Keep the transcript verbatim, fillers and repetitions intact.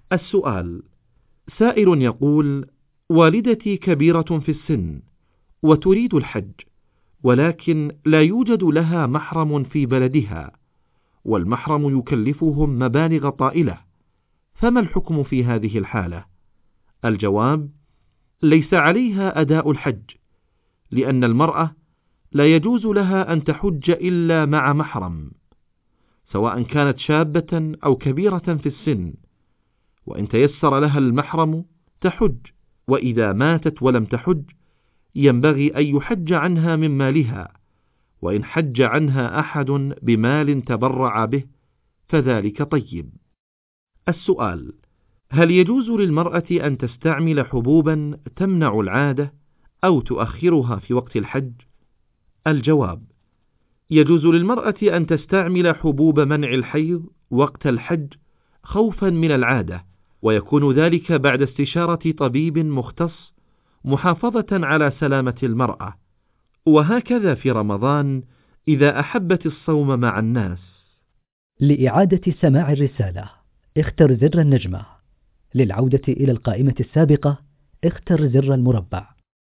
السؤال: سائل يقول: والدتي كبيرة في السن وتريد الحج، ولكن لا يوجد لها محرم في بلدها، والمحرم يكلفهم مبالغ طائلة، فما الحكم في هذه الحالة؟ الجواب: ليس عليها أداء الحج، لأن المرأة لا يجوز لها أن تحج إلا مع محرم، سواء كانت شابة أو كبيرة في السن، وإن تيسر لها المحرم تحج، وإذا ماتت ولم تحج ينبغي أن يحج عنها من مالها، وإن حج عنها أحد بمال تبرع به فذلك طيب. السؤال: هل يجوز للمرأة أن تستعمل حبوبا تمنع العادة أو تؤخرها في وقت الحج؟ الجواب: يجوز للمرأة أن تستعمل حبوب منع الحيض وقت الحج خوفا من العادة، ويكون ذلك بعد استشارة طبيب مختص محافظة على سلامة المرأة. وهكذا في رمضان إذا أحبت الصوم مع الناس. لإعادة سماع الرسالة اختر زر النجمة. للعودة إلى القائمة السابقة اختر زر المربع.